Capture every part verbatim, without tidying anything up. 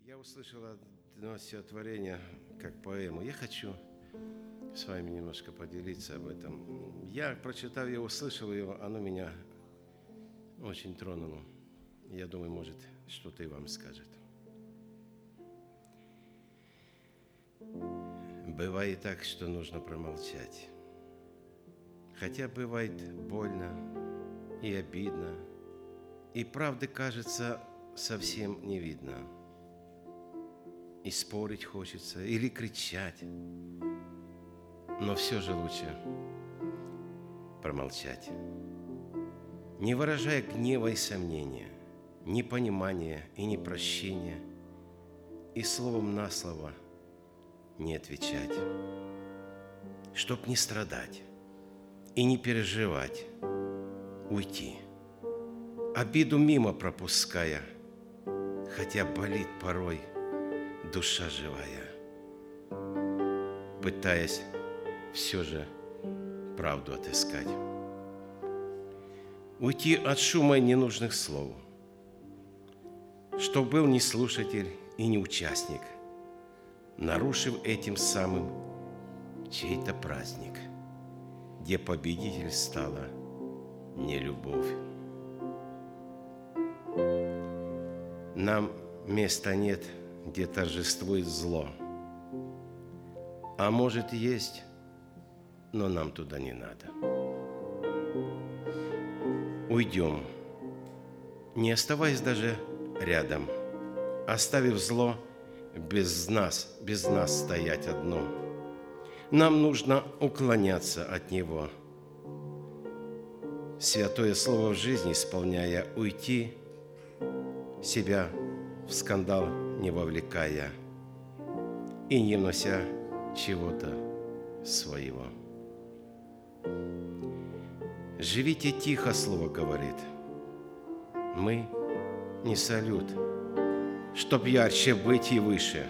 Я услышал одно стихотворение, как поэму. Я хочу с вами немножко поделиться об этом. Я, прочитав ее, услышал ее, оно меня очень тронуло. Я думаю, может, что-то и вам скажет. Бывает так, что нужно промолчать. Хотя бывает больно и обидно, и правды, кажется, совсем не видно. И спорить хочется, или кричать, но все же лучше промолчать, не выражая гнева и сомнения, непонимания и непрощения, и словом на слово не отвечать, чтоб не страдать и не переживать, уйти, обиду мимо пропуская, хотя болит порой душа живая, пытаясь все же правду отыскать. Уйти от шума и ненужных слов, чтоб был не слушатель и не участник, нарушив этим самым чей-то праздник, где победитель стала не любовь. Нам места нет, где торжествует зло. А может, есть, но нам туда не надо. Уйдем, не оставаясь даже рядом, оставив зло без нас, без нас стоять одно. Нам нужно уклоняться от него, святое слово в жизни исполняя, уйти, себя в скандал не вовлекая и не внося чего-то своего. Живите тихо, слово говорит. Мы не салют, чтоб ярче быть и выше.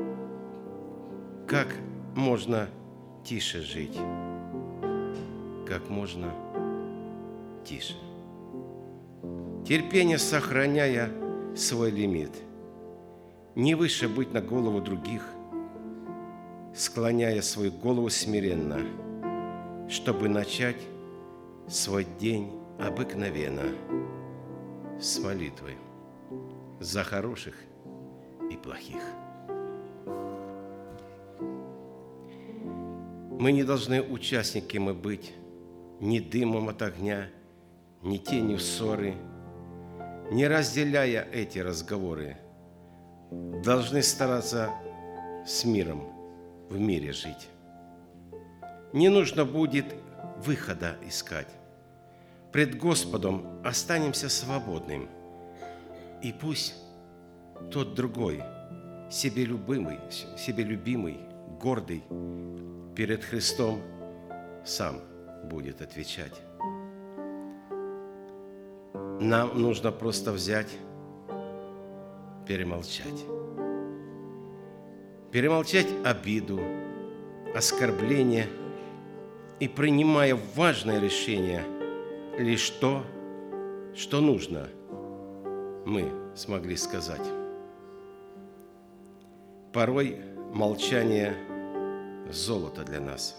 Как можно тише жить? Как можно тише? Терпение сохраняя свой лимит, не выше быть на голову других, склоняя свою голову смиренно, чтобы начать свой день обыкновенно с молитвой за хороших и плохих. Мы не должны участники мы быть ни дымом от огня, ни тенью ссоры, не разделяя эти разговоры, должны стараться с миром в мире жить. Не нужно будет выхода искать. Пред Господом останемся свободным. И пусть тот другой, себелюбимый, себелюбимый, гордый, перед Христом сам будет отвечать. Нам нужно просто взять, перемолчать. Перемолчать обиду, оскорбление и, принимая важное решение, лишь то, что нужно, мы смогли сказать. Порой молчание – золото для нас.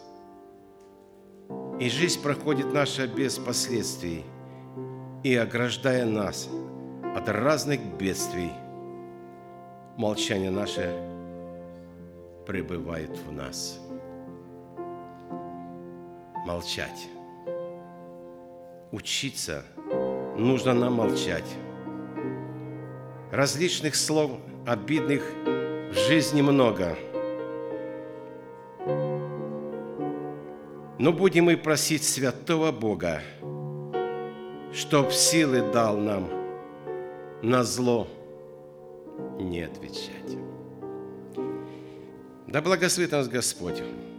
И жизнь проходит наша без последствий, и, ограждая нас от разных бедствий, молчание наше пребывает в нас. Молчать. Учиться нужно нам молчать. Различных слов обидных в жизни много. Но будем мы просить святого Бога, чтоб силы дал нам на зло не отвечать. Да благословит нас Господь,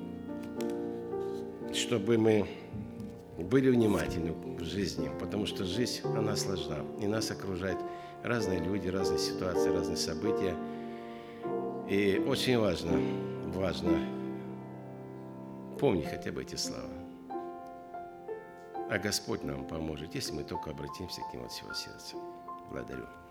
чтобы мы были внимательны в жизни, потому что жизнь, она сложна, и нас окружают разные люди, разные ситуации, разные события. И очень важно, важно помнить хотя бы эти слова. А Господь нам поможет, если мы только обратимся к Нему от всего сердца. Благодарю.